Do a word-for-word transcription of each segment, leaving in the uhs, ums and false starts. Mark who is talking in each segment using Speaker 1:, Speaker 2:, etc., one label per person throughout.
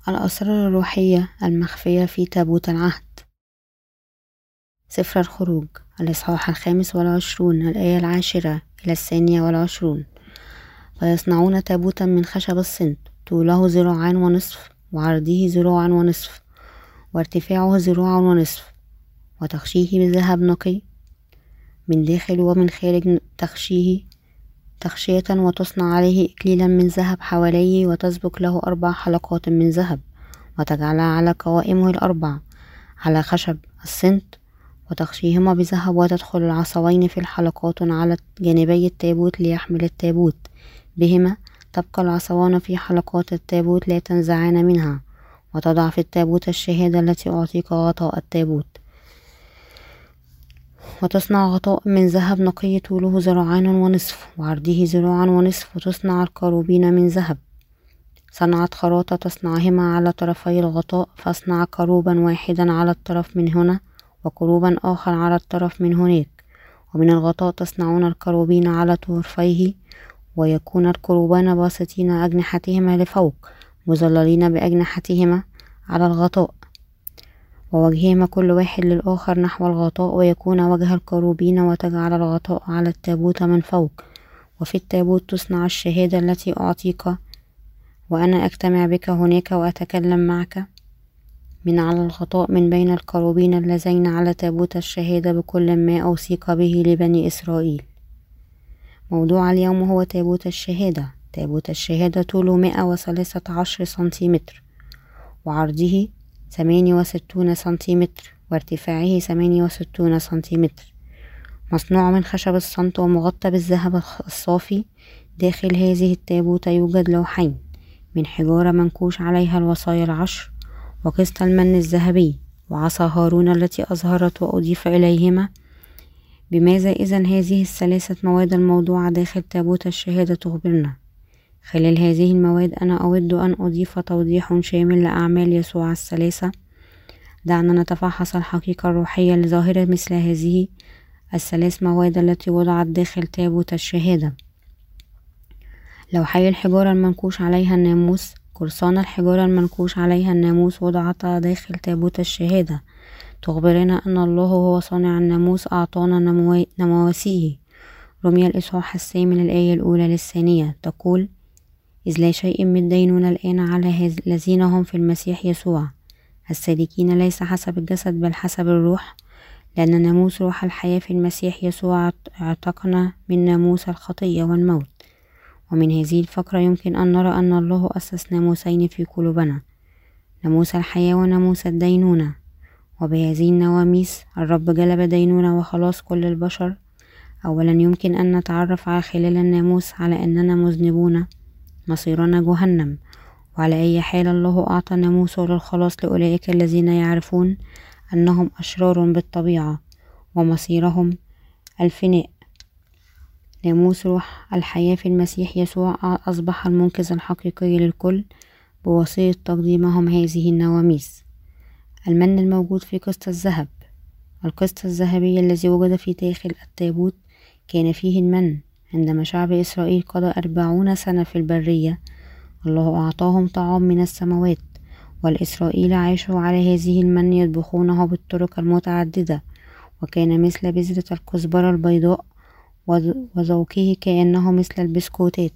Speaker 1: الأسرار الروحية المخفية في تابوت العهد. سفر الخروج الإصحاح الخامس والعشرون الآية العاشرة إلى الثانية والعشرون. فيصنعون تابوتا من خشب الصند، طوله ذراعان ونصف، وعرضه ذراع ونصف، وارتفاعه ذراع ونصف، وتغشيه بذهب نقي من داخل ومن خارج، تغشيه تغشية، وتصنع عليه إكليلا من ذهب حواليه، وتسبك له أربع حلقات من ذهب، وتجعلها على قوائمه الأربع على خشب الصند، وتغشيهما بذهب، وتدخل العصوين في الحلقات على جانبي التابوت ليحمل التابوت بهما. تبقى العصوان في حلقات التابوت لا تنزعان منها، وتضع في التابوت الشهادة التي أعطيك غطاء التابوت. وتصنع غطاء من ذهب نقي طوله ذراعان ونصف، وعرضه ذراعا ونصف، وتصنع الكروبين من ذهب. صنعت خراطة تصنعهما على طرفي الغطاء، فاصنع كروبا واحدا على الطرف من هنا، وكروبا آخر على الطرف من هناك. ومن الغطاء تصنعون الكروبين على طرفيه، ويكون الكروبان باسطين أجنحتهما لفوق، مظللين بأجنحتهما على الغطاء، ووجههما كل واحد للآخر نحو الغطاء، ويكون وجه الكروبين. وتجعل الغطاء على التابوت من فوق، وفي التابوت تصنع الشهادة التي أعطيك، وأنا أجتمع بك هناك وأتكلم معك من على الغطاء من بين الكروبين اللذين على تابوت الشهادة بكل ما أوصيك به لبني إسرائيل. موضوع اليوم هو تابوت الشهادة. تابوت الشهادة طوله مئة وثلاثة عشر سنتيمتر، وعرضه ثمانية وستون سنتيمتر، وارتفاعه ثمانية وستون سنتيمتر. مصنوع من خشب الصمت ومغطى بالذهب الصافي. داخل هذه التابوت يوجد لوحين من حجارة منكوش عليها الوصايا العشر، وقسط المن الذهبي، وعصا هارون التي أظهرت وأضيف إليهما. بماذا إذن هذه الثلاثة مواد الموضوعة داخل تابوت الشهادة تخبرنا؟ خلال هذه المواد أنا أود أن أضيف توضيح شامل لأعمال يسوع الثلاثة. دعنا نتفحص الحقيقة الروحية لظاهرة مثل هذه الثلاث مواد التي وضعت داخل تابوت الشهادة. لوحي الحجارة المنكوش عليها الناموس، قرصان الحجارة المنكوش عليها الناموس وضعتها داخل تابوت الشهادة، تخبرنا أن الله هو صانع الناموس أعطانا نواسيه. رمي الإصحاح الثامن الآية الأولى للثانية تقول: إذ لا شيء من دينونة الآن على الذين هم في المسيح يسوع، السالكين ليس حسب الجسد بل حسب الروح، لأن ناموس روح الحياة في المسيح يسوع اعتقنا من ناموس الخطية والموت. ومن هذه الفقرة يمكن أن نرى أن الله أسس ناموسين في قلوبنا، ناموس الحياة وناموس الدينونة. وبهذه النواميس الرب جلب دينونة وخلاص كل البشر. أولا يمكن أن نتعرف على خلال الناموس على أننا مذنبون مصيرنا جهنم، وعلى أي حال الله أعطى ناموسه للخلاص لأولئك الذين يعرفون أنهم أشرار بالطبيعة ومصيرهم الفناء. ناموس روح الحياة في المسيح يسوع أصبح المنقذ الحقيقي للكل بواسطة تقديمهم هذه النواميس. المن الموجود في قسط الذهب، القسط الذهبي الذي وجد في داخل التابوت كان فيه المن. عندما شعب إسرائيل قضى أربعون سنة في البرية، الله أعطاهم طعام من السماوات، والإسرائيل عاشوا على هذه المن يطبخونه بالطرق المتعددة، وكان مثل بذرة الكزبرة البيضاء، وذوقه كأنه مثل البسكوتات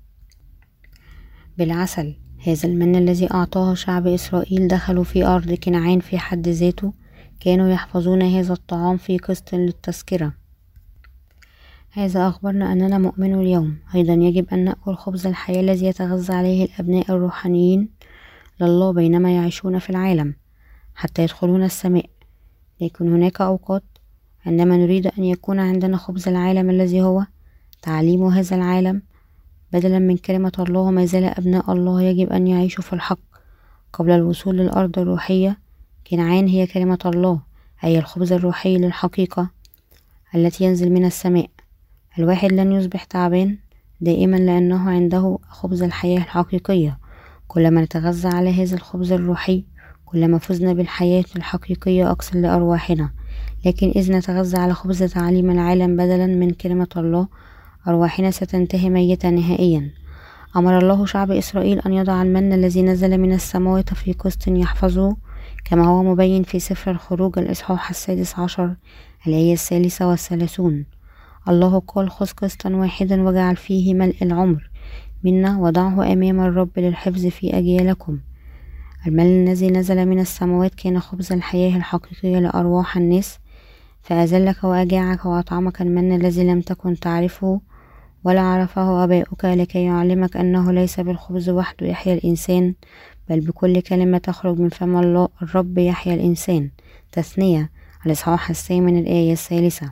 Speaker 1: بالعسل. هذا المن الذي أعطاه شعب إسرائيل دخلوا في أرض كنعان في حد ذاته، كانوا يحفظون هذا الطعام في قسط للتذكرة. هذا أخبرنا أننا مؤمنون اليوم. أيضا يجب أن نأكل خبز الحياة الذي يتغذى عليه الأبناء الروحانيين لله بينما يعيشون في العالم حتى يدخلون السماء. لكن هناك أوقات عندما نريد أن يكون عندنا خبز العالم الذي هو تعليم هذا العالم بدلا من كلمة الله. ما زال أبناء الله يجب أن يعيشوا في الحق قبل الوصول للأرض الروحية. كنعان هي كلمة الله، أي الخبز الروحي للحقيقة التي ينزل من السماء. الواحد لن يصبح تعبان دائما لأنه عنده خبز الحياة الحقيقية. كلما نتغذى على هذا الخبز الروحي كلما فزنا بالحياة الحقيقية أكثر لأرواحنا. لكن إذ نتغذى على خبز تعليم العالم بدلا من كلمة الله، أرواحنا ستنتهي ميتة نهائيا. أمر الله شعب إسرائيل أن يضع المن الذي نزل من السماوات في قسط يحفظه، كما هو مبين في سفر الخروج الإصحاح السادس عشر الآية الثالثة والثلاثون. الله قال: خذ قسطا واحدا واجعل فيه ملء العمر منا وضعه أمام الرب للحفظ في أجيالكم. المن الذي نزل من السماوات كان خبز الحياة الحقيقية لأرواح الناس، فأذلك وأجاعك وأطعمك المن الذي لم تكن تعرفه ولا عرفه آباؤك، لكي يعلمك أنه ليس بالخبز وحده يحيا الإنسان، بل بكل كلمة تخرج من فم الله الرب يحيا الإنسان. تثنية الإصحاح الثامن الآية الثالثة.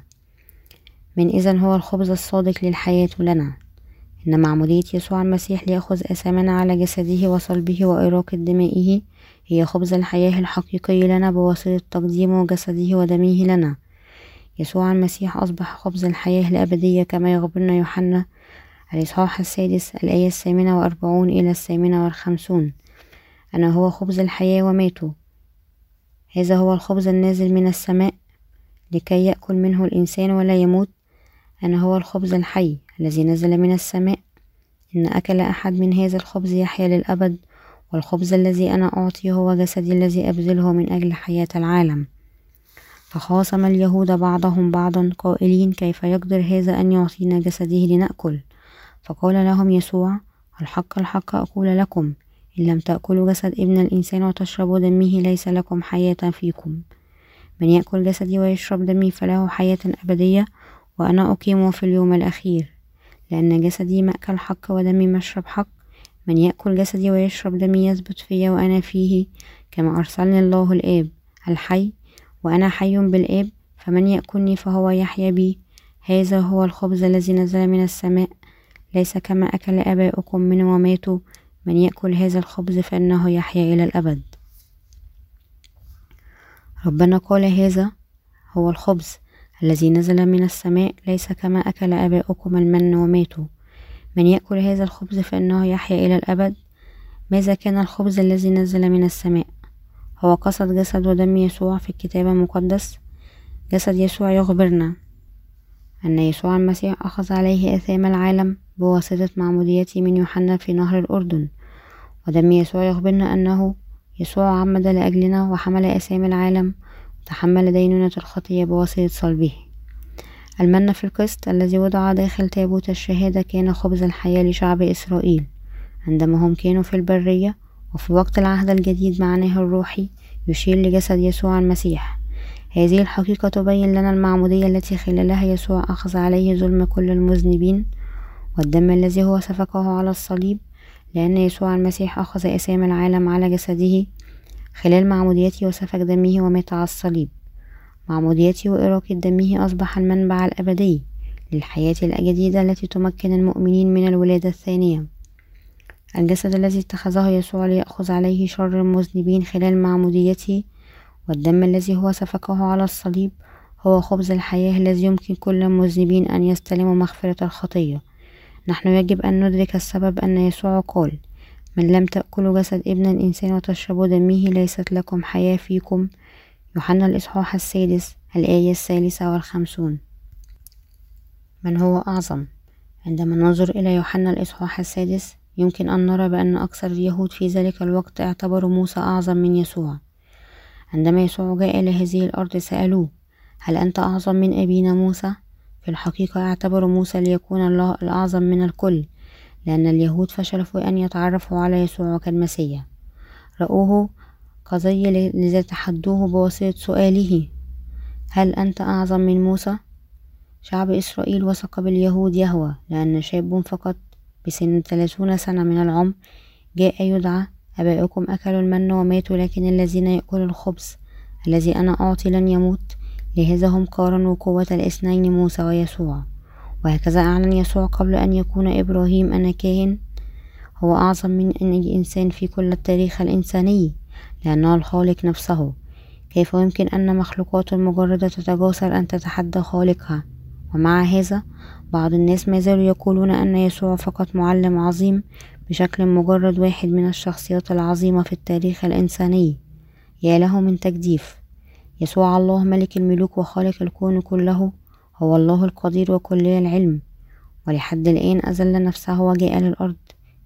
Speaker 1: من إذن هو الخبز الصادق للحياة لنا. إن معمودية يسوع المسيح ليأخذ أثامنا على جسده وصلبه وإراقة دمائه هي خبز الحياة الحقيقي لنا بواسطة تقديمه جسده ودمه لنا. يسوع المسيح أصبح خبز الحياة الأبدية، كما يخبرنا يوحنا الإصحاح السادس الآية الثامنة وأربعون إلى الثامنة والخمسون: أنا هو خبز الحياة وماته. هذا هو الخبز النازل من السماء لكي يأكل منه الإنسان ولا يموت. أنا هو الخبز الحي الذي نزل من السماء. إن أكل أحد من هذا الخبز يحيا للأبد، والخبز الذي أنا أعطيه هو جسدي الذي أبذله من أجل حياة العالم. فخاصم اليهود بعضهم بعضا قائلين: كيف يقدر هذا أن يعطينا جسده لنأكل؟ فقال لهم يسوع: الحق الحق أقول لكم، إن لم تأكلوا جسد ابن الإنسان وتشربوا دمه ليس لكم حياة فيكم. من يأكل جسدي ويشرب دمي فله حياة أبدية، وأنا أقيمه في اليوم الأخير. لأن جسدي مأكل حق ودمي مشرب حق. من يأكل جسدي ويشرب دمي يثبت في وأنا فيه، كما أرسلني الله الآب الحي وأنا حي بالآب، فمن يأكلني فهو يحيا بي. هذا هو الخبز الذي نزل من السماء، ليس كما أكل آباؤكم منه وماتوا. من يأكل هذا الخبز فإنه يحيا إلى الأبد. ربنا قال: هذا هو الخبز الذي نزل من السماء، ليس كما أكل آباؤكم المن وماتوا. من يأكل هذا الخبز فإنه يحيا إلى الأبد. ماذا كان الخبز الذي نزل من السماء؟ هو قصد جسد ودم يسوع في الكتاب المقدس. جسد يسوع يخبرنا أن يسوع المسيح أخذ عليه آثام العالم بواسطة معموديته من يوحنا في نهر الأردن، ودم يسوع يخبرنا أنه يسوع عمد لأجلنا وحمل آثام العالم وتحمل دينونة الخطية بواسطة صلبه. المن في القسط الذي وضع داخل تابوت الشهادة كان خبز الحياة لشعب إسرائيل عندما هم كانوا في البرية، وفي وقت العهد الجديد معناه الروحي يشير لجسد يسوع المسيح. هذه الحقيقة تبين لنا المعمودية التي خلالها يسوع أخذ عليه ظلم كل المذنبين، والدم الذي هو سفكه على الصليب، لأن يسوع المسيح أخذ آثام العالم على جسده خلال معموديته وسفك دمه ومات على الصليب. معموديته وإراقة دمه أصبح المنبع الأبدي للحياة الجديدة التي تمكن المؤمنين من الولادة الثانية. الجسد الذي اتخذه يسوع ليأخذ عليه شر المذنبين خلال معموديته، والدم الذي هو سفكه على الصليب هو خبز الحياة الذي يمكن كل المذنبين أن يستلموا مغفرة الخطية. نحن يجب أن ندرك السبب أن يسوع قال: من لم تأكلوا جسد ابن الإنسان وتشربوا دمه ليست لكم حياة فيكم. يوحنا الإصحاح السادس الآية الثالثة والخمسون. من هو أعظم؟ عندما ننظر إلى يوحنا الإصحاح السادس يمكن أن نرى بأن أكثر اليهود في ذلك الوقت اعتبروا موسى أعظم من يسوع. عندما يسوع جاء إلى هذه الأرض سألوه: هل أنت أعظم من أبينا موسى؟ في الحقيقة اعتبروا موسى ليكون الله الأعظم من الكل، لأن اليهود فشلوا في أن يتعرفوا على يسوع كالمسيح. رأوه قضية لذا تحدوه بواسطة سؤاله: هل أنت أعظم من موسى؟ شعب إسرائيل وثق باليهود يهوى، لأن شاب فقط بسن ثلاثون سنة من العمر جاء يدعى: أباؤكم أكلوا المن وماتوا، لكن الذين يأكلوا الخبز الذي أنا أعطي لن يموت. لهذا هم قارنوا قوة الاثنين، موسى ويسوع. وهكذا أعلن يسوع قبل أن يكون إبراهيم أنا كاهن. هو أعظم من أي إنسان في كل التاريخ الإنساني، لأنه الخالق نفسه. كيف يمكن أن مخلوقات مجردة تتجاسر أن تتحدى خالقها؟ ومع هذا بعض الناس ما زالوا يقولون أن يسوع فقط معلم عظيم بشكل مجرد واحد من الشخصيات العظيمة في التاريخ الإنساني. يا له من تجديف! يسوع الله ملك الملوك وخالق الكون كله، هو الله القدير وكلي العلم، ولحد الآن أذل نفسه وجاء للأرض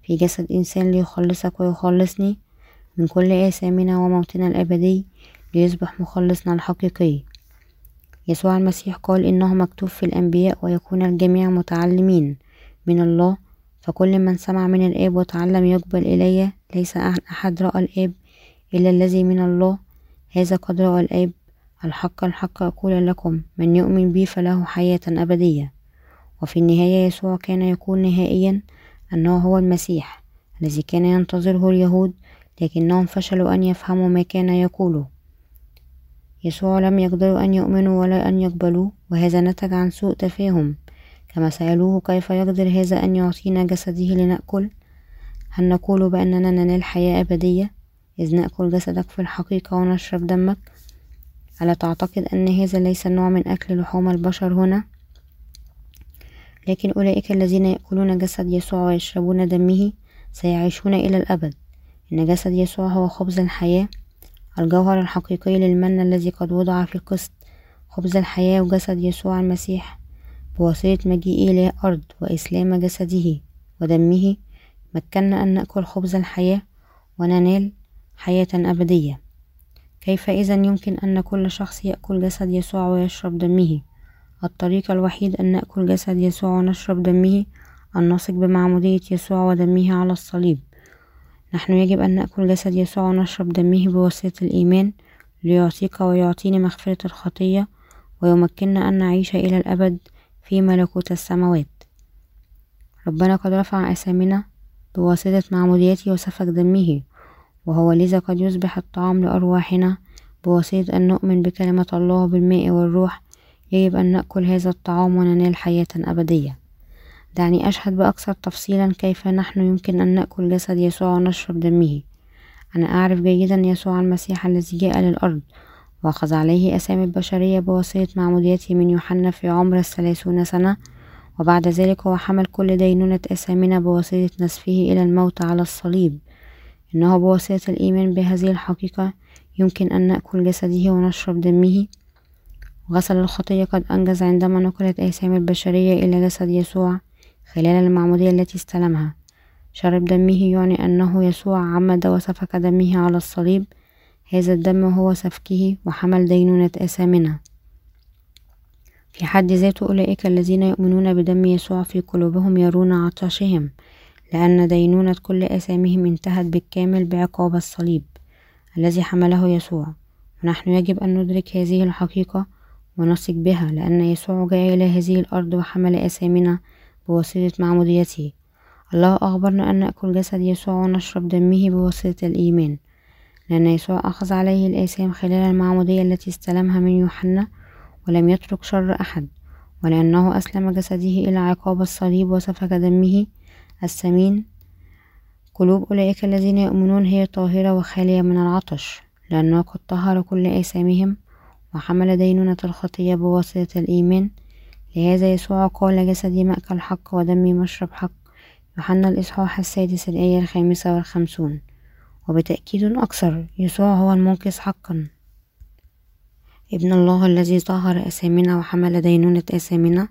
Speaker 1: في جسد إنسان ليخلصك ويخلصني من كل آثامنا وموتنا الأبدي ليصبح مخلصنا الحقيقي. يسوع المسيح قال إنه مكتوب في الأنبياء ويكون الجميع متعلمين من الله، فكل من سمع من الآب وتعلم يقبل إلي. ليس أحد رأى الآب إلا الذي من الله، هذا قد رأى الآب. الحق الحق أقول لكم، من يؤمن بي فله حياة أبدية. وفي النهاية يسوع كان يقول نهائيا أنه هو المسيح الذي كان ينتظره اليهود، لكنهم فشلوا أن يفهموا ما كان يقوله. يسوع لم يقدروا أن يؤمنوا ولا أن يقبلوه، وهذا نتج عن سوء تفاهم. كما سألوه كيف يقدر هذا أن يعطينا جسده لنأكل؟ هل نقول بأننا ننال حياة أبدية إذ نأكل جسدك في الحقيقة ونشرب دمك؟ ألا تعتقد أن هذا ليس نوع من أكل لحوم البشر هنا؟ لكن أولئك الذين يأكلون جسد يسوع ويشربون دمه سيعيشون إلى الأبد. إن جسد يسوع هو خبز الحياة، الجوهر الحقيقي للمن الذي قد وضع في القسط. خبز الحياة وجسد يسوع المسيح بواسطة مجيئه إلى الأرض وإسلام جسده ودمه مكننا أن نأكل خبز الحياة وننال حياة أبدية. كيف إذن يمكن أن كل شخص يأكل جسد يسوع ويشرب دمه؟ الطريق الوحيد أن نأكل جسد يسوع ونشرب دمه أن نثق بمعمودية يسوع ودمه على الصليب. نحن يجب أن نأكل جسد يسوع ونشرب دمه بواسطة الإيمان ليعطيك ويعطيني مغفرة الخطية ويمكننا أن نعيش إلى الأبد في ملكوت السماوات. ربنا قد رفع آثامنا بواسطة معموديته وسفك دمه، وهو لذا قد يصبح الطعام لأرواحنا بواسطة أن نؤمن بكلمة الله بالماء والروح. يجب أن نأكل هذا الطعام وننال حياة أبدية. دعني أشهد بأكثر تفصيلا كيف نحن يمكن أن نأكل جسد يسوع ونشرب دمه. أنا أعرف جيدا يسوع المسيح الذي جاء للأرض وأخذ عليه آثام البشرية بواسطة معموديته من يوحنا في عمر الثلاثون سنة، وبعد ذلك هو حمل كل دينونة آثامنا بواسطة نسفه إلى الموت على الصليب. إنه بواسطة الإيمان بهذه الحقيقة يمكن أن نأكل جسده ونشرب دمه. غسل الخطية قد أنجز عندما نقلت آثام البشرية إلى جسد يسوع خلال المعمودية التي استلمها. شرب دمه يعني أنه يسوع عمد وسفك دمه على الصليب. هذا الدم هو سفكه وحمل دينونة آثامنا. في حد ذاته أولئك الذين يؤمنون بدم يسوع في قلوبهم يرون عطشهم، لأن دينونة كل آثامهم انتهت بالكامل بعقاب الصليب الذي حمله يسوع. ونحن يجب أن ندرك هذه الحقيقة ونثق بها، لأن يسوع جاء إلى هذه الأرض وحمل آثامنا بواسطة معموديته. الله أخبرنا أن نأكل جسد يسوع ونشرب دمه بواسطة الإيمان، لأن يسوع أخذ عليه الآثام خلال المعمودية التي استلمها من يوحنا ولم يترك شر أحد، ولأنه أسلم جسده إلى عقاب الصليب وسفك دمه الثمين. قلوب أولئك الذين يؤمنون هي طاهرة وخالية من العطش، لأنه قد طهر كل آثامهم وحمل دينونة الخطية بواسطة الإيمان. لهذا يسوع قال جسدي مأكل حق ودمي مشرب حق. يوحنا الإصحاح السادس الآية الخامسة والخمسون. وبتأكيد أكثر يسوع هو المنقذ حقا، ابن الله الذي طهر آثامنا وحمل دينونة آثامنا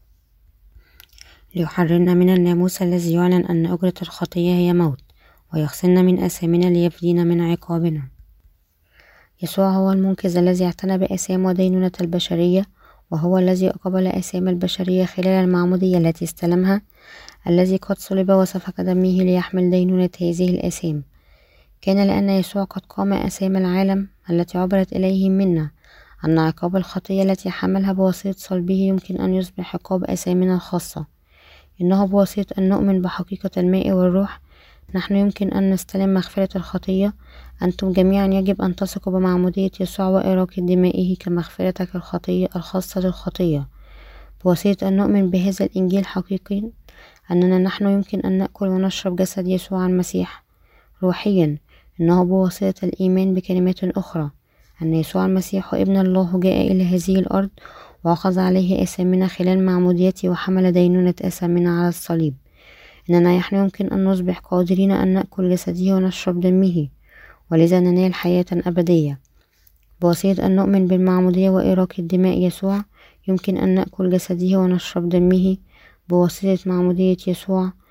Speaker 1: ليحررنا من الناموس الذي يعلن أن أجرة الخطية هي موت، ويغسلنا من آثامنا ليفدينا من عقابنا. يسوع هو المنقذ الذي اعتنى بآثام ودينونة البشرية، وهو الذي قبل آثام البشرية خلال المعمودية التي استلمها، الذي قد صلب وسفك دمه ليحمل دينونة هذه الآثام. كان لأن يسوع قد قام آثام العالم التي عبرت إليه منا، أن عقاب الخطية التي حملها بواسطة صلبه يمكن أن يصبح عقاب آثامنا الخاصة. إنه بواسطة أن نؤمن بحقيقة الماء والروح نحن يمكن أن نستلم مغفرة الخطية. أنتم جميعا يجب أن تثقوا بمعمودية يسوع وإراقة دمائه كمغفرتك الخطية الخاصة للخطية. بواسطة أن نؤمن بهذا الإنجيل حقيقي أننا نحن يمكن أن نأكل ونشرب جسد يسوع المسيح روحيا. إنه بواسطة الإيمان بكلمات أخرى أن يسوع المسيح ابن الله جاء إلى هذه الأرض وأخذ عليه آثامنا خلال معموديته وحمل دينونة آثامنا على الصليب. إننا نحن يمكن أن نصبح قادرين أن نأكل جسده ونشرب دمه، ولذا ننال حياة أبدية. بواسطة أن نؤمن بالمعمودية وإراقة دماء يسوع يمكن أن نأكل جسده ونشرب دمه. بواسطة معمودية يسوع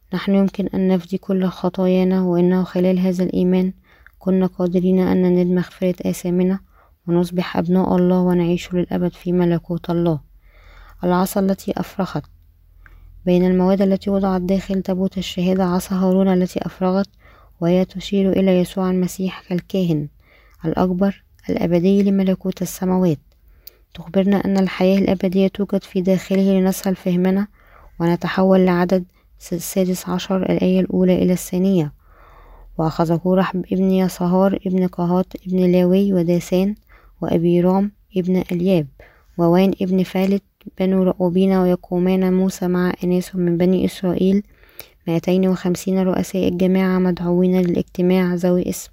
Speaker 1: نحن يمكن أن نفدي كل خطايانا، وإنه خلال هذا الإيمان كنا قادرين أن ننال مغفرة آثامنا ونصبح أبناء الله ونعيش للأبد في ملكوت الله. العصا التي أفرغت. بين المواد التي وضعت داخل تابوت الشهادة عصا هارون التي أفرغت، وهي تشير إلى يسوع المسيح كالكاهن الأكبر الأبدي لملكوت السماوات. تخبرنا أن الحياة الأبدية توجد في داخله لنسهل فهمنا ونتحول لعدد السادس عشر الآية الأولى إلى الثانية. وأخذ كورح ابن يصهار ابن قهات ابن لاوي وداسان وأبيرام ابن الياب ووان ابن فالت بنو رؤوبين، ويقومان موسى مع أناس من بني إسرائيل مائتين وخمسين رؤساء الجماعة مدعوين للاجتماع ذوي اسم.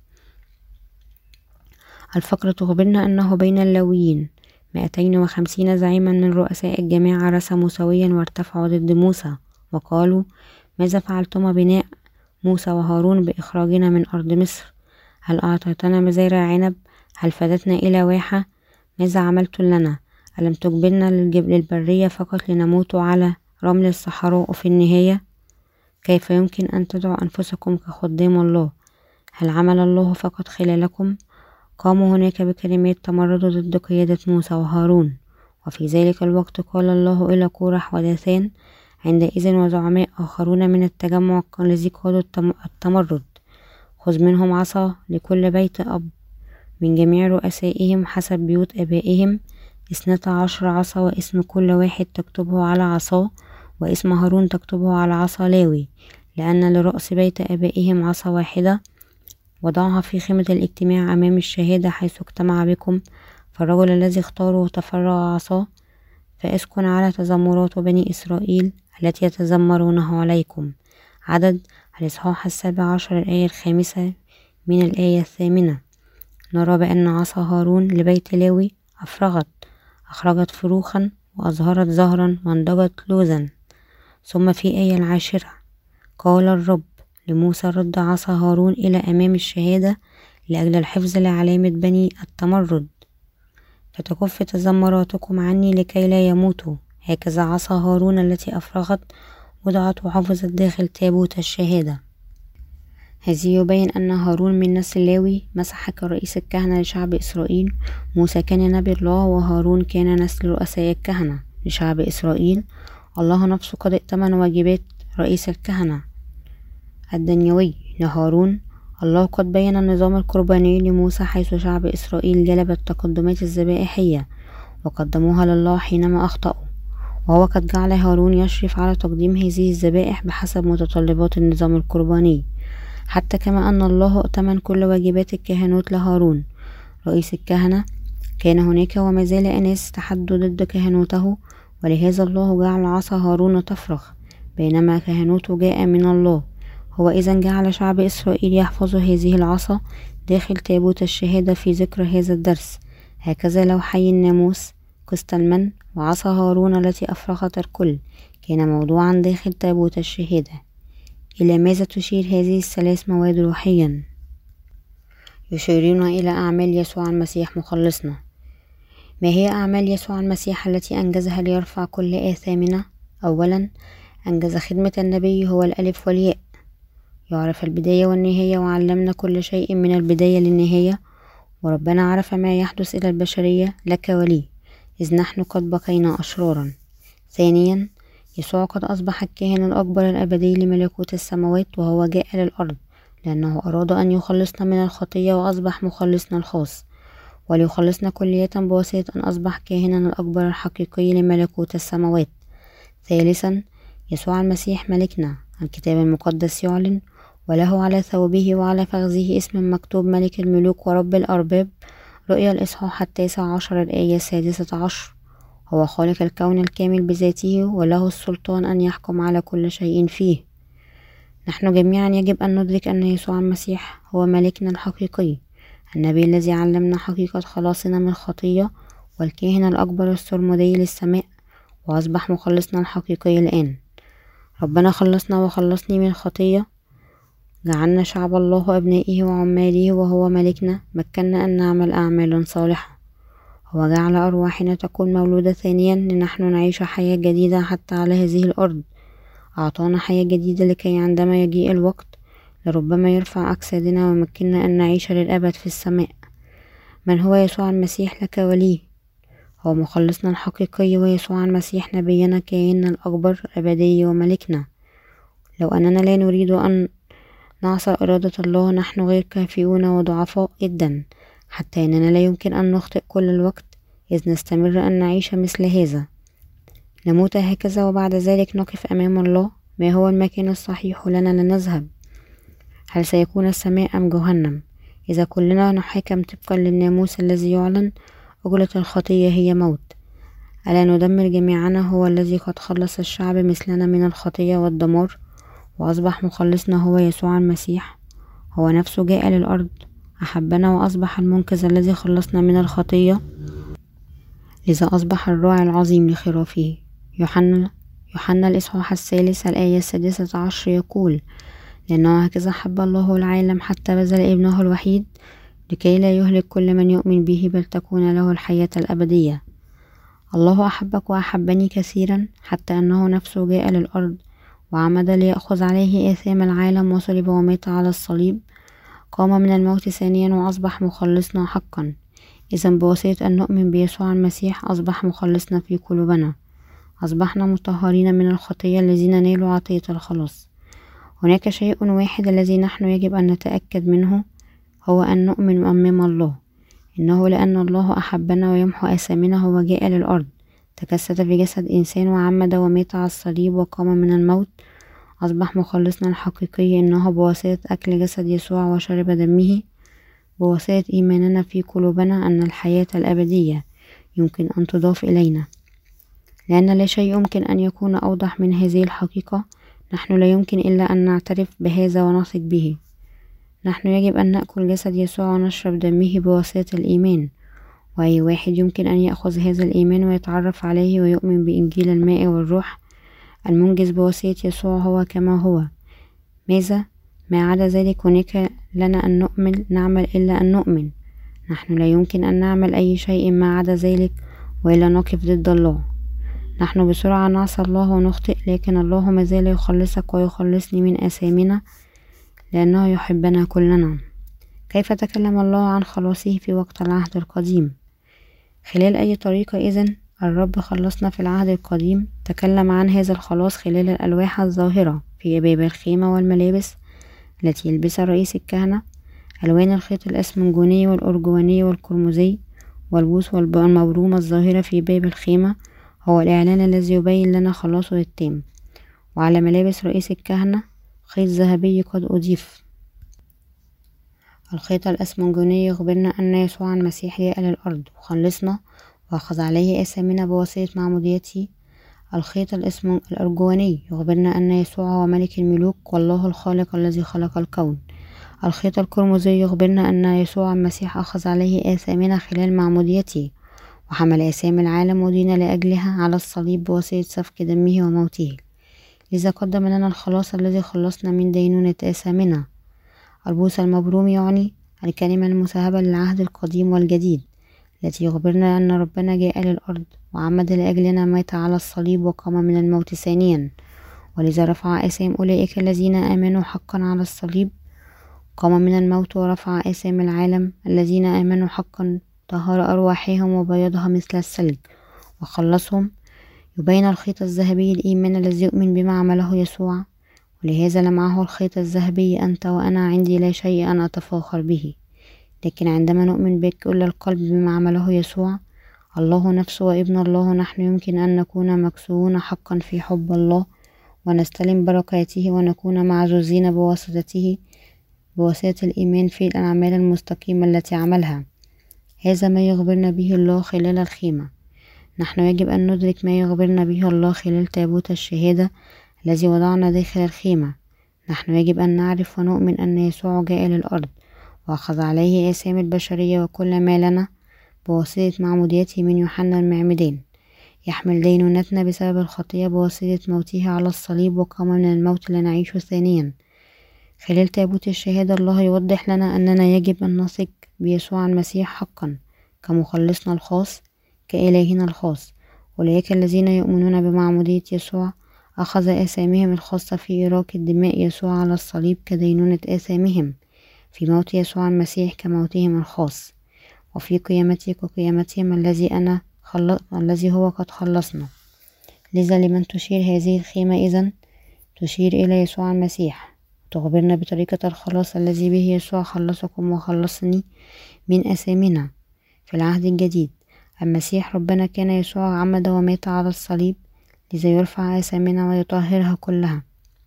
Speaker 1: الفقرة تخبرنا أنه بين اللاويين مائتين وخمسين زعيما من رؤساء الجماعة رسموا سويا وارتفعوا ضد موسى وقالوا: ماذا فعلتما بناء موسى وهارون بإخراجنا من أرض مصر؟ هل أعطيتنا مزارع عنب؟ هل فدتنا إلى واحة؟ ماذا عملت لنا؟ ألم تجبلنا للبرية فقط لنموت على رمل الصحراء في النهاية؟ كيف يمكن أن تدعوا أنفسكم كخدام الله؟ هل عمل الله فقط خلالكم؟ قاموا هناك بكلمات تمرد ضد قيادة موسى وهارون. وفي ذلك الوقت قال الله إلى كورح وداثان عندئذ وزعماء آخرون من التجمع الذي قالوا التمرد: خذ منهم عصا لكل بيت أب من جميع رؤسائهم حسب بيوت آبائهم، اثنتا عشر عصا، واسم كل واحد تكتبه على عصاه، واسم هارون تكتبه على عصا لاوي، لأن لرأس بيت آبائهم عصا واحدة. وضعها في خيمة الاجتماع أمام الشهادة حيث اجتمع بكم، فالرجل الذي اختاره تفرع عصاه، فاسكن على تذمرات بني إسرائيل التي يتذمرونه عليكم. عدد الإصحاح السابع عشر الآية الخامسة من الآية الثامنة. نرى بأن عصا هارون لبيت لاوي أفرغت، أخرجت فروخا وأظهرت زهرا وانضجت لوزا. ثم في آية العاشرة قال الرب لموسى: رد عصا هارون إلى أمام الشهادة لأجل الحفظ لعلامة بني التمرد، فتكف تذمراتكم عني لكي لا يموتوا. هكذا عصا هارون التي أفرغت وضعت وحفظت داخل تابوت الشهادة. هذه يبين أن هارون من نسل لاوي مسح كرئيس الكهنة لشعب إسرائيل. موسى كان نبي الله وهارون كان نسل رؤساء الكهنة لشعب إسرائيل. الله نفسه قد ائتمن واجبات رئيس الكهنة الدنيوي لهارون. الله قد بين النظام القرباني لموسى حيث شعب إسرائيل جلب التقدمات الذبائحية وقدموها لله حينما أخطأوا، وهو قد جعل هارون يشرف على تقديم هذه الذبائح بحسب متطلبات النظام القرباني، حتى كما أن الله ائتمن كل واجبات الكهنوت لهارون رئيس الكهنة. كان هناك وما زال أناس تحدوا ضد كهنوته، ولهذا الله جعل عصا هارون تفرغ بينما كهنوته جاء من الله. هو إذن جعل شعب إسرائيل يحفظ هذه العصا داخل تابوت الشهادة في ذكر هذا الدرس. هكذا لو حي الناموس قسط المن وعصا هارون التي أفرغت الكل كان موضوعا داخل تابوت الشهادة. إلى ماذا تشير هذه الثلاث مواد روحيا؟ يشيرون إلى أعمال يسوع المسيح مخلصنا. ما هي أعمال يسوع المسيح التي أنجزها ليرفع كل آثامنا؟ أولا، أنجز خدمة النبي هو الألف والياء، يعرف البداية والنهاية وعلمنا كل شيء من البداية للنهاية. وربنا عرف ما يحدث إلى البشرية لك ولي إذ نحن قد بقينا أشرارا. ثانيا، يسوع قد أصبح الكاهن الأكبر الأبدي لملكوت السماوات، وهو جاء للأرض لأنه أراد أن يخلصنا من الخطية وأصبح مخلصنا الخاص، وليخلصنا كلية بواسطة أن أصبح كاهنا الأكبر الحقيقي لملكوت السماوات. ثالثا، يسوع المسيح ملكنا. الكتاب المقدس يعلن: وله على ثوبه وعلى فخذه اسم مكتوب ملك الملوك ورب الأرباب. رؤيا الإصحاح التاسع عشر الآية السادسة عشر. هو خالق الكون الكامل بذاته وله السلطان أن يحكم على كل شيء فيه. نحن جميعا يجب أن ندرك أن يسوع المسيح هو ملكنا الحقيقي، النبي الذي علمنا حقيقة خلاصنا من الخطية، والكاهن الأكبر السرمدي للسماء، وأصبح مخلصنا الحقيقي الآن. ربنا خلصنا وخلصني من الخطية، جعلنا شعب الله أبنائه وعماله، وهو ملكنا مكننا أن نعمل أعمالا صالحة. هو جعل أرواحنا تكون مولودة ثانيا لنحن نعيش حياة جديدة حتى على هذه الأرض. أعطانا حياة جديدة لكي عندما يجيء الوقت لربما يرفع أجسادنا ويمكننا أن نعيش للأبد في السماء. من هو يسوع المسيح لك ولي؟ هو مخلصنا الحقيقي، ويسوع المسيح نبينا كائننا الأكبر الأبدي وملكنا. لو أننا لا نريد أن نعصى إرادة الله، نحن غير كافيون وضعفاء جدا، حتى أننا لا يمكن أن نخطئ كل الوقت إذ نستمر أن نعيش مثل هذا، نموت هكذا وبعد ذلك نقف أمام الله. ما هو المكان الصحيح لنا لنذهب؟ هل سيكون السماء أم جهنم؟ إذا كلنا نحاكم طبقا للناموس الذي يعلن، أجرة الخطية هي موت. ألا ندمر جميعنا؟ هو الذي قد خلص الشعب مثلنا من الخطية والدمار، وأصبح مخلصنا هو يسوع المسيح. هو نفسه جاء للأرض، أحبنا وأصبح المنقذ الذي خلصنا من الخطية، لذا أصبح الراعي العظيم لخرافه. يوحنا يوحنا الإصحاح الثالث الآية السادسة عشر يقول: لأنه هكذا حب الله العالم حتى بذل ابنه الوحيد، لكي لا يهلك كل من يؤمن به، بل تكون له الحياة الأبدية. الله أحبك وأحبني كثيرا حتى أنه نفسه جاء للأرض وعمد ليأخذ عليه آثام العالم، وصلب ومات على الصليب، قام من الموت ثانيا وأصبح مخلصنا حقا. إذا بواسطة أن نؤمن بيسوع المسيح أصبح مخلصنا في قلوبنا، أصبحنا مطهرين من الخطية الذين نالوا عطية الخلاص. هناك شيء واحد الذي نحن يجب أن نتأكد منه، هو أن نؤمن أمام الله، إنه لأن الله أحبنا ويمحو آثامنا هو جاء للأرض، تجسد في جسد إنسان وعمد ومات على الصليب وقام من الموت، أصبح مخلصنا الحقيقي. إنه بواسطة أكل جسد يسوع وشرب دمه، بواسطة إيماننا في قلوبنا أن الحياة الأبدية يمكن أن تضاف إلينا، لأن لا شيء يمكن أن يكون أوضح من هذه الحقيقة. نحن لا يمكن إلا أن نعترف بهذا ونثق به. نحن يجب أن نأكل جسد يسوع ونشرب دمه بواسطة الإيمان، وأي واحد يمكن أن يأخذ هذا الإيمان ويتعرف عليه ويؤمن بإنجيل الماء والروح المنجز بواسطة يسوع هو كما هو. ماذا؟ ما عدا ذلك هناك لنا أن نؤمن نعمل إلا أن نؤمن. نحن لا يمكن أن نعمل أي شيء ما عدا ذلك، وإلا نقف ضد الله. نحن بسرعة نعصى الله ونخطئ، لكن الله ما زال يخلصك ويخلصني من آثامنا لأنه يحبنا كلنا. كيف تكلم الله عن خلاصه في وقت العهد القديم؟ خلال أي طريقة إذن الرب خلصنا في العهد القديم؟ تكلم عن هذا الخلاص خلال الألواح الظاهرة في باب الخيمة والملابس التي يلبسها رئيس الكهنة، ألوان الخيط الأسمنجوني والأرجواني والقرمزي، والبوس والمبرومة الظاهرة في باب الخيمة هو الإعلان الذي يبين لنا خلاصه التام. وعلى ملابس رئيس الكهنة خيط ذهبي قد أضيف. الخيط الأسمنجوني يخبرنا أن يسوع المسيح جاء للأرض وخلصنا وأخذ عليه آثامنا بواسطة معموديته. الخيط الاسم الأرجواني يخبرنا أن يسوع هو ملك الملوك والله الخالق الذي خلق الكون. الخيط القرمزي يخبرنا أن يسوع المسيح أخذ عليه آثامنا خلال معموديته، وحمل آثام العالم ودين لأجلها على الصليب بواسطة سفك دمه وموته، لذا قدم لنا الخلاص الذي خلصنا من دينونة آثامنا. البوس المبروم يعني الكلمة المسهبة للعهد القديم والجديد، التي يخبرنا أن ربنا جاء للأرض وعمد لأجلنا، مات على الصليب وقام من الموت ثانيا، ولذا رفع آثام أولئك الذين آمنوا حقا على الصليب، قام من الموت ورفع آثام العالم الذين آمنوا حقا، طهر أرواحهم وبيضها مثل الثلج وخلصهم. يبين الخيط الذهبي الإيمان الذي يؤمن بما عمله يسوع، ولهذا لمعه الخيط الذهبي أنت وأنا عندي لا شيء أن أتفاخر به، لكن عندما نؤمن بكل القلب بما عمله يسوع الله نفسه وابن الله، نحن يمكن أن نكون مكسوون حقا في حب الله ونستلم بركاته ونكون معزوزين بواسطته بواسطة الإيمان في الأعمال المستقيمة التي عملها. هذا ما يخبرنا به الله خلال الخيمة. نحن يجب أن ندرك ما يخبرنا به الله خلال تابوت الشهادة الذي وضعنا داخل الخيمة. نحن يجب أن نعرف ونؤمن أن يسوع جاء للأرض وأخذ عليه آثام البشرية وكل ما لنا بواسطة معموديته من يوحنا المعمدان، يحمل دينونتنا بسبب الخطية بواسطة موته على الصليب وقام من الموت لنعيش ثانيا. خلال تابوت الشهادة الله يوضح لنا أننا يجب أن نثق بيسوع المسيح حقا كمخلصنا الخاص كإلهنا الخاص. أولئك الذين يؤمنون بمعمودية يسوع أخذ آثامهم الخاصة في إراق الدماء يسوع على الصليب كدينونة آثامهم، في موت يسوع المسيح كموتهم الخاص، وفي قيامته كقيامتهم الذي أنا خلص الذي هو قد خلصنا. لذا لمن تشير هذه الخيمة إذن؟ تشير إلى يسوع المسيح، تخبرنا بطريقة الخلاص الذي به يسوع خلصكم وخلصني من آثامنا. في العهد الجديد المسيح ربنا كان يسوع عمد ومات على الصليب لذا يرفع آثامنا ويطهرها كلها.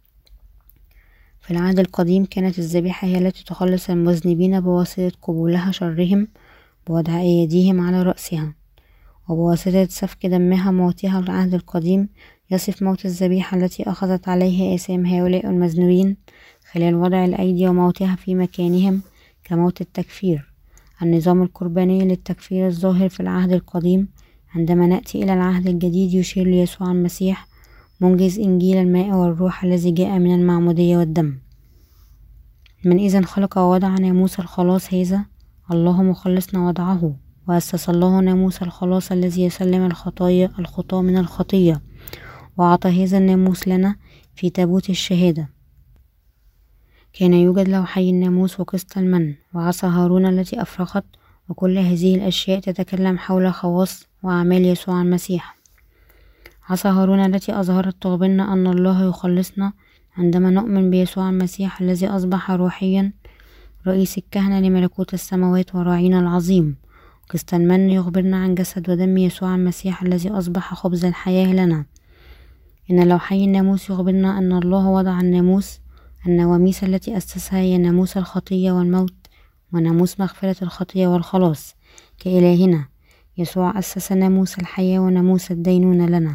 Speaker 1: في العهد القديم كانت الذبيحة هي التي تخلص المذنبين بواسطة قبولها شرهم بوضع أيديهم على رأسها، وبواسطة سفك دمها. موتها العهد القديم يصف موت الذبيحة التي أخذت عليها آثام هؤلاء المذنبين خلال وضع الأيدي، وموتها في مكانهم كموت التكفير. النظام القرباني للتكفير الظاهر في العهد القديم عندما نأتي إلى العهد الجديد يشير ليسوع المسيح منجز إنجيل الماء والروح الذي جاء من المعمودية والدم. من إذن خلق ووضع ناموس الخلاص هذا؟ الله مخلصنا وضعه، وأسس الله ناموس الخلاص الذي يسلم الخطايا الخطاة من الخطية، وأعطى هذا الناموس لنا في تابوت الشهادة. كان يوجد لوحي الناموس وقسط المن وعصا هارون التي أفرخت، وكل هذه الأشياء تتكلم حول خواص وأعمال يسوع المسيح. عصا هارون التي أظهرت تخبرنا أن الله يخلصنا عندما نؤمن بيسوع المسيح الذي أصبح روحيا رئيس الكهنة لملكوت السماوات وراعينا العظيم. قسط المن يخبرنا عن جسد ودم يسوع المسيح الذي أصبح خبز الحياة لنا. إن لوحي الناموس يخبرنا أن الله وضع الناموس. النواميس التي أسسها هي ناموس الخطية والموت وناموس مغفرة الخطية والخلاص. كإلهنا يسوع أسس ناموس الحياة وناموس الدينونة لنا.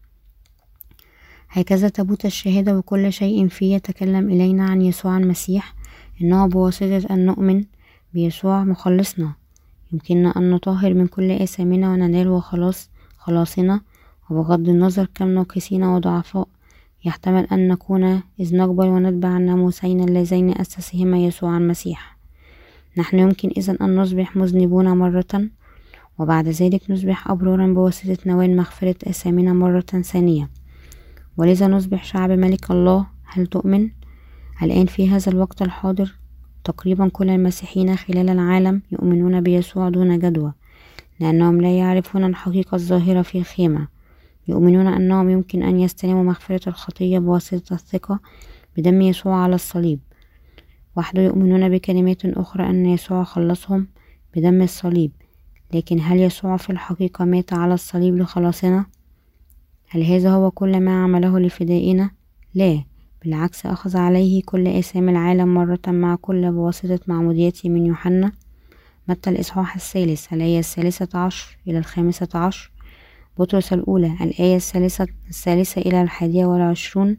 Speaker 1: هكذا تابوت الشهادة وكل شيء فيه يتكلم إلينا عن يسوع المسيح، إنه بواسطة أن نؤمن بيسوع مخلصنا يمكننا أن نطهر من كل آثامنا وننال وخلاص خلاصنا. وبغض النظر كم ناقصين وضعفاء يحتمل أن نكون إذ نقبل ونتبع الناموسين اللذين أسسهما يسوع المسيح، نحن يمكن إذن أن نصبح مذنبون مرة، وبعد ذلك نصبح أبرارا بواسطة نوال مغفرة آثامنا مرة ثانية، ولذا نصبح شعب ملك الله. هل تؤمن؟ الآن في هذا الوقت الحاضر تقريبا كل المسيحيين خلال العالم يؤمنون بيسوع دون جدوى، لأنهم لا يعرفون الحقيقة الظاهرة في الخيمة. يؤمنون أنهم يمكن أن يستلموا مغفرة الخطية بواسطة الثقة بدم يسوع على الصليب وحده. يؤمنون بكلمات أخرى أن يسوع خلصهم بدم الصليب، لكن هل يسوع في الحقيقة مات على الصليب لخلاصنا؟ هل هذا هو كل ما عمله لفدائنا؟ لا، بالعكس، أخذ عليه كل آثام العالم مرة مع كل بواسطة معموديته من يوحنا. متى الإصحاح الثالث الآية الثالثة عشر إلى الخامسة عشر، بطرس الأولى الآية الثالثة الثالثة إلى الحادية والعشرون،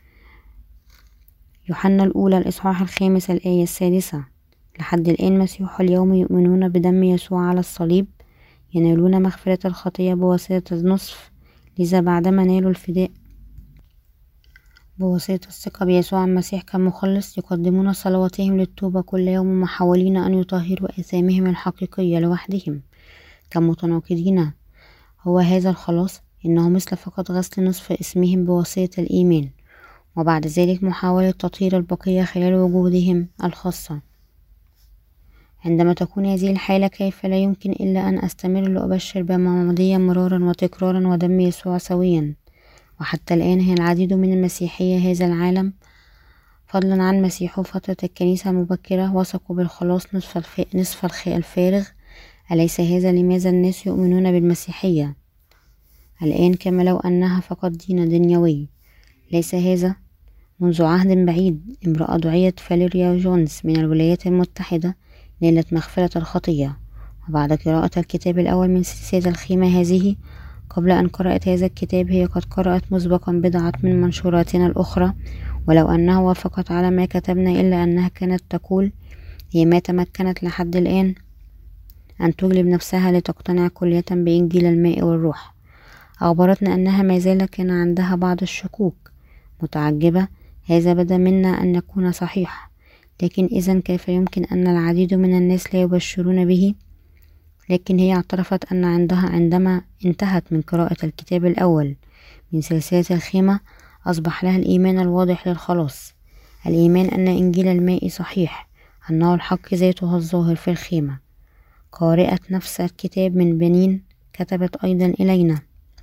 Speaker 1: يوحنا الأولى الإصحاح الخامس الآية السادسة. لحد الآن مسيح اليوم يؤمنون بدم يسوع على الصليب ينالون مغفرة الخطية بواسطة النصف. لذا بعدما نالوا الفداء بواسطة الثقة بيسوع المسيح كمخلص يقدمون صلواتهم للتوبة كل يوم محاولين أن يطهروا آثامهم الحقيقية لوحدهم كمتناقضين. هو هذا الخلاص إنه مثل فقط غسل نصف اسمهم بواسطة الإيمان، وبعد ذلك محاولة تطهير البقية خلال وجودهم الخاصة. عندما تكون هذه الحالة كيف لا يمكن إلا أن أستمر لأبشر بمعمودية مرارا وتكرارا ودم يسوع سويا. وحتى الآن هي العديد من المسيحية هذا العالم فضلا عن مسيحو فترة الكنيسة المبكرة وثقوا بالخلاص نصف, الف... نصف الخ... الفارغ. أليس هذا لماذا الناس يؤمنون بالمسيحية الآن كما لو أنها فقط دين دنيوي؟ ليس هذا. منذ عهد بعيد امرأة دعيت فاليريا جونز من الولايات المتحدة نالت مغفرة الخطية، وبعد قراءة الكتاب الأول من سلسلة الخيمة هذه قبل أن قرأت هذا الكتاب هي قد قرأت مسبقا بضعة من منشوراتنا الأخرى، ولو أنها وافقت على ما كتبنا إلا أنها كانت تقول هي ما تمكنت لحد الآن أن تجلب نفسها لتقتنع كلية بإنجيل الماء والروح. أخبرتنا أنها ما زال كان عندها بعض الشكوك متعجبة. هذا بدا منا أن يكون صحيح، لكن إذن كيف يمكن أن العديد من الناس لا يبشرون به؟ لكن هي اعترفت أن عندها عندما انتهت من قراءة الكتاب الأول من سلسلة الخيمة أصبح لها الإيمان الواضح للخلاص، الإيمان أن إنجيل الماء صحيح، أنه الحق ذاته الظاهر في الخيمة. قارئة نفس الكتاب من بنين كتبت أيضا إلينا: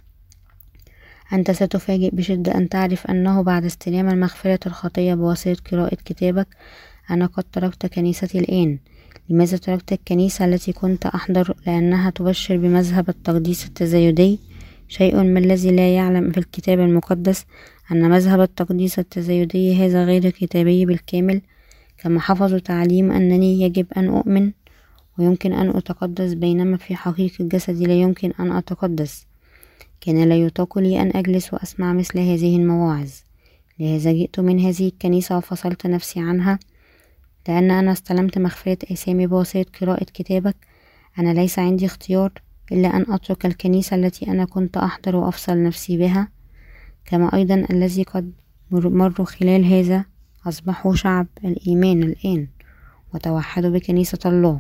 Speaker 1: أنت ستفاجئ بشدة أن تعرف أنه بعد استلام المغفرة الخطية بواسطة قراءة كتابك أنا قد تركت كنيستي الآن. لماذا تركت الكنيسة التي كنت أحضر؟ لأنها تبشر بمذهب التقديس التزايدي. شيء ما الذي لا يعلم في الكتاب المقدس أن مذهب التقديس التزايدي هذا غير كتابي بالكامل، كما حفظوا تعليم أنني يجب أن أؤمن ويمكن أن أتقدس، بينما في حقيقة جسدي لا يمكن أن أتقدس. كان لا يطاق لي أن أجلس وأسمع مثل هذه المواعظ، لهذا جئت من هذه الكنيسة وفصلت نفسي عنها، لأن أنا استلمت مغفرة آثامي بواسطة قراءة كتابك. أنا ليس عندي اختيار إلا أن أترك الكنيسة التي أنا كنت أحضر وأفصل نفسي بها، كما أيضا الذي قد مروا خلال هذا أصبحوا شعب الإيمان الآن وتوحدوا بكنيسة الله.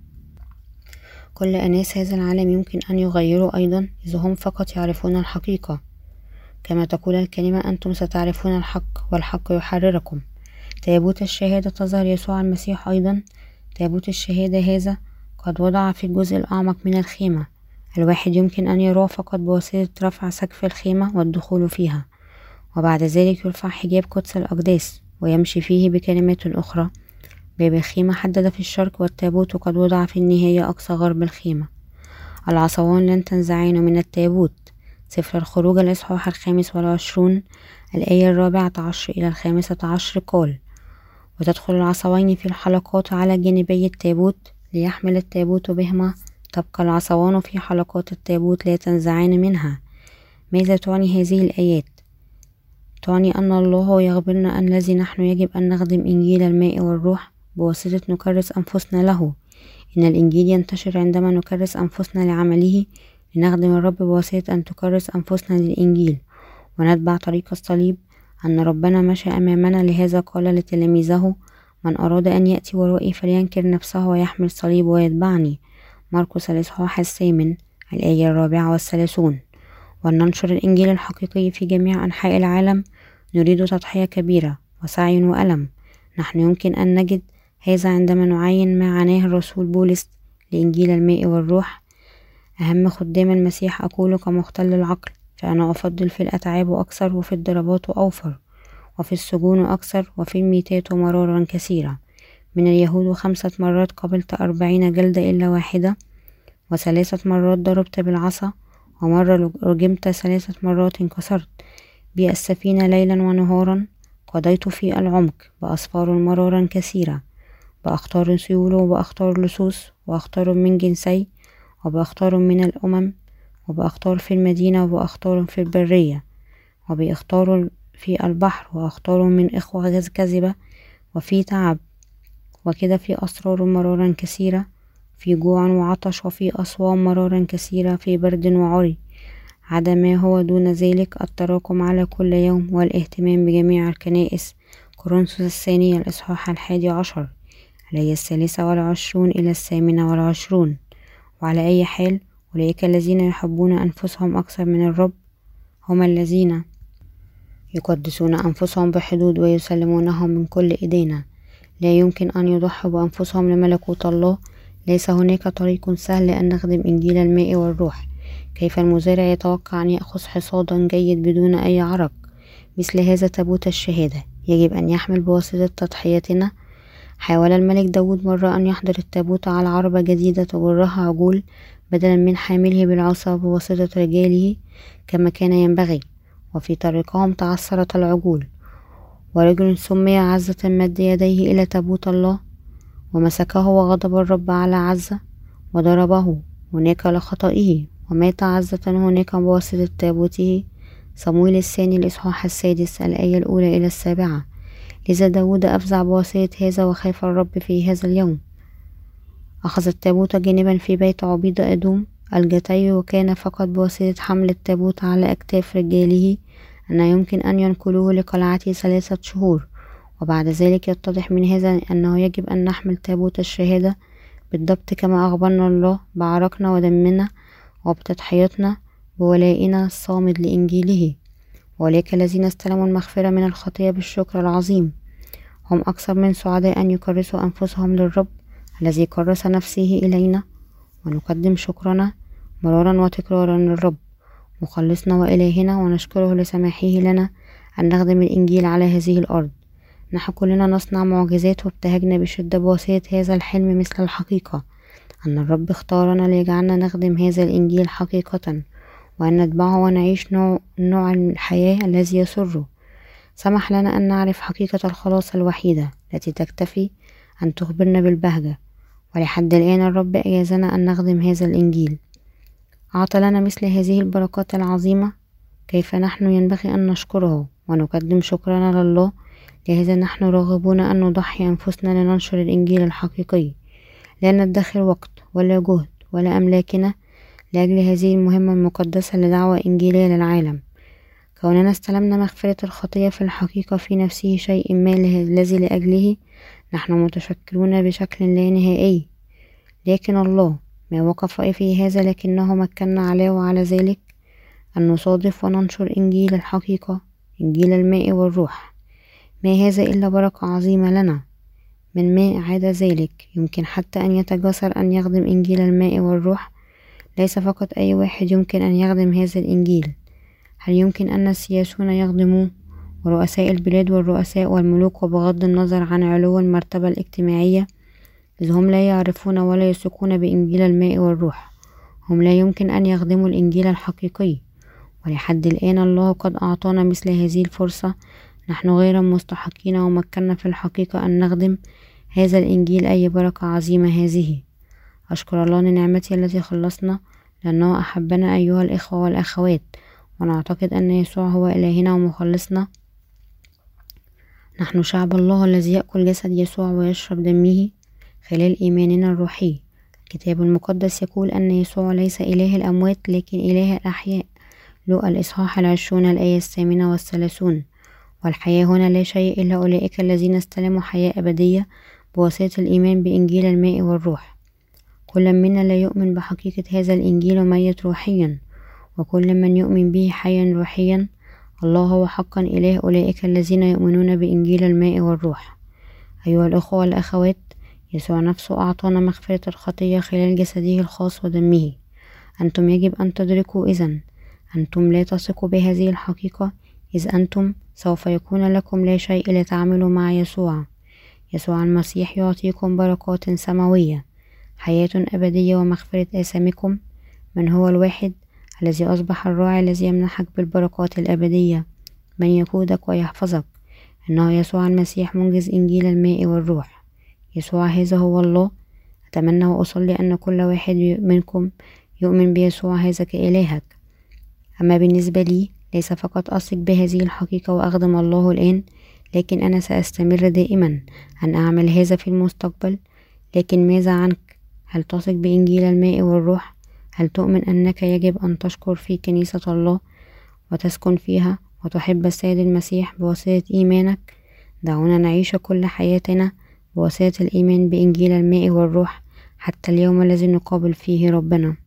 Speaker 1: كل أناس هذا العالم يمكن أن يغيروا أيضا إذا هم فقط يعرفون الحقيقة، كما تقول الكلمة: أنتم ستعرفون الحق والحق يحرركم. تابوت الشهادة تظهر يسوع المسيح أيضا. تابوت الشهادة هذا قد وضع في الجزء الأعمق من الخيمة، الواحد يمكن أن يراه فقط بواسطة رفع سقف الخيمة والدخول فيها، وبعد ذلك يرفع حجاب قدس الأقداس ويمشي فيه. بكلمات أخرى، باب الخيمة حدد في الشرق، والتابوت قد وضع في النهاية أقصى غرب الخيمة. العصوان لن تنزعين من التابوت. سفر الخروج الإصحاح الخامس والعشرون الآية الرابعة عشر إلى الخامسة عشر قال: وتدخل العصوين في الحلقات على جانبي التابوت ليحمل التابوت بهما، تبقى العصوان في حلقات التابوت لا تنزعان منها. ماذا تعني هذه الآيات؟ تعني أن الله يخبرنا أن الذي نحن يجب أن نخدم إنجيل الماء والروح بواسطة نكرس أنفسنا له. إن الإنجيل ينتشر عندما نكرس أنفسنا لعمله، لنخدم الرب بواسطة أن تكرس أنفسنا للإنجيل ونتبع طريق الصليب. أن ربنا مشى أمامنا، لهذا قال لتلاميذه: من أراد أن يأتي ورائي فلينكر نفسه ويحمل صليب ويتبعني. مرقس الإصحاح الثامن الآية الرابعة والثلاثون. وأن ننشر الإنجيل الحقيقي في جميع أنحاء العالم نريد تضحية كبيرة وسعي وألم. نحن يمكن أن نجد هذا عندما نعاين ما عناه الرسول بولس لإنجيل الماء والروح: أهم خدام المسيح أقول كمختل العقل، فأنا أفضل في الأتعاب أكثر، وفي الضربات أوفر، وفي السجون أكثر، وفي الميتات مرارا كثيرة. من اليهود خمسة مرات قبلت أربعين جلدة إلا واحدة، وثلاثة مرات ضربت بالعصا، ومرة رجمت ثلاثة مرات انكسرت بي السفينة ليلا ونهارا. قضيت في العمق بأسفار مرارا كثيرة، بأخطار سيول وبأخطار لصوص وأخطار من جنسي وبأخطار من الأمم وبأخطار في المدينة وبأخطار في البرية وبأخطار في البحر وأخطار من إخوة كذبة وفي تعب، وكده في أسرار مرارا كثيرة، في جوع وعطش، وفي أصوام مرارا كثيرة، في برد وعري، عدا ما هو دون ذلك التراكم على كل يوم والاهتمام بجميع الكنائس. كورنثوس الثانية الإصحاح الحادي عشر الآية الثالثة والعشرون إلى الثامنة والعشرون. وعلى أي حال، أولئك الذين يحبون أنفسهم أكثر من الرب هم الذين يقدسون أنفسهم بحدود ويسلمونهم من كل إدانة. لا يمكن أن يضحوا بأنفسهم لملكوت الله. ليس هناك طريق سهل لأن نخدم إنجيل الماء والروح. كيف المزارع يتوقع أن يأخذ حصادا جيد بدون أي عرق؟ مثل هذا تابوت الشهادة يجب أن يحمل بواسطة تضحيتنا. حاول الملك داود مرة أن يحضر التابوت على عربة جديدة تجرها عجول بدلا من حامله بالعصا بواسطة رجاله كما كان ينبغي، وفي طريقهم تعثرت العجول، ورجل سمي عزة مد يديه إلى تابوت الله ومسكه، وغضب الرب على عزة وضربه هناك لخطئه، ومات عزة هناك بواسطة تابوته. صمويل الثاني الإصحاح السادس الآية الأولى إلى السابعة. لذا داود أفزع بواسطة هذا وخاف الرب في هذا اليوم. أخذ التابوت جانبا في بيت عبيد أدوم الجتي، وكان فقط بواسطة حمل التابوت على أكتاف رجاله أن يمكن أن ينقلوه لقلعته ثلاثة شهور. وبعد ذلك يتضح من هذا أنه يجب أن نحمل تابوت الشهادة بالضبط كما أخبرنا الله، بعرقنا ودمنا وبتضحيتنا بولائنا الصامد لإنجيله. وأولئك الذين استلموا المغفرة من الخطية بالشكر العظيم هم أكثر من سعداء أن يكرسوا أنفسهم للرب الذي كرس نفسه إلينا، ونقدم شكرنا مرارا وتكرارا للرب مخلصنا وإلهنا، ونشكره لسماحه لنا أن نخدم الإنجيل على هذه الأرض. نحن كلنا نصنع معجزات وابتهجنا بشدة بواسطة هذا الحلم مثل الحقيقة أن الرب اختارنا ليجعلنا نخدم هذا الإنجيل حقيقة، وأن نتبعه ونعيش نوع, نوع الحياة الذي يسره. سمح لنا أن نعرف حقيقة الخلاص الوحيدة التي تكتفي أن تخبرنا بالبهجة، ولحد الآن الرب أجازنا أن نخدم هذا الإنجيل. أعطى لنا مثل هذه البركات العظيمة، كيف نحن ينبغي أن نشكره ونقدم شكرنا لله. لهذا نحن راغبون أن نضحي أنفسنا لننشر الإنجيل الحقيقي، لا ندخر وقت ولا جهد ولا أملاكنا لأجل هذه المهمة المقدسة لدعوة إنجيلية للعالم. كوننا استلمنا مغفرة الخطية في الحقيقة في نفسه شيء ما الذي لأجله نحن متشكرون بشكل لا نهائي. لكن الله ما وقف في هذا، لكنه مكننا عليه وعلى ذلك أن نصادف وننشر إنجيل الحقيقة، إنجيل الماء والروح. ما هذا إلا بركة عظيمة لنا. من ما عاد ذلك يمكن حتى أن يتجاسر أن يخدم إنجيل الماء والروح. ليس فقط أي واحد يمكن أن يخدم هذا الإنجيل. هل يمكن أن السياسيون يخدموه، ورؤساء البلاد والرؤساء والملوك، وبغض النظر عن علو المرتبة الاجتماعية، إذ هم لا يعرفون ولا يثقون بإنجيل الماء والروح؟ هم لا يمكن أن يخدموا الإنجيل الحقيقي. ولحد الآن الله قد أعطانا مثل هذه الفرصة. نحن غير مستحقين، ومكننا في الحقيقة أن نخدم هذا الإنجيل. أي بركة عظيمة هذه! أشكر الله لنعمته التي خلصنا، لأنه أحبنا أيها الإخوة والأخوات، ونعتقد أن يسوع هو إلهنا ومخلصنا. نحن شعب الله الذي يأكل جسد يسوع ويشرب دمه خلال إيماننا الروحي. الكتاب المقدس يقول أن يسوع ليس إله الأموات لكن إله الأحياء. لوقا الإصحاح العشرون الآية الثامنة والثلاثون. والحياة هنا لا شيء إلا أولئك الذين استلموا حياة أبدية بواسطة الإيمان بإنجيل الماء والروح. كل منا لا يؤمن بحقيقة هذا الإنجيل ميت روحيا، وكل من يؤمن به حيا روحيا. الله هو حقا إله أولئك الذين يؤمنون بإنجيل الماء والروح. أيها الأخوة والأخوات، يسوع نفسه أعطانا مغفرة الخطية خلال جسده الخاص ودمه. أنتم يجب أن تدركوا إذن أنتم لا تثقوا بهذه الحقيقة، إذ أنتم سوف يكون لكم لا شيء لتعملوا مع يسوع. يسوع المسيح يعطيكم بركات سماوية، حياة أبدية ومغفرة آثامكم. من هو الواحد الذي أصبح الراعي الذي يمنحك بالبركات الأبدية؟ من يقودك ويحفظك؟ إنه يسوع المسيح منجز إنجيل الماء والروح. يسوع هذا هو الله. أتمنى وأصلي أن كل واحد منكم يؤمن بيسوع هذا كإلهك. أما بالنسبة لي، ليس فقط أثق بهذه الحقيقة وأخدم الله الآن، لكن أنا سأستمر دائما أن أعمل هذا في المستقبل. لكن ماذا عنك؟ هل تثق بإنجيل الماء والروح؟ هل تؤمن أنك يجب أن تشكر في كنيسة الله وتسكن فيها وتحب السيد المسيح بواسطة إيمانك؟ دعونا نعيش كل حياتنا بواسطة الإيمان بإنجيل الماء والروح حتى اليوم الذي نقابل فيه ربنا.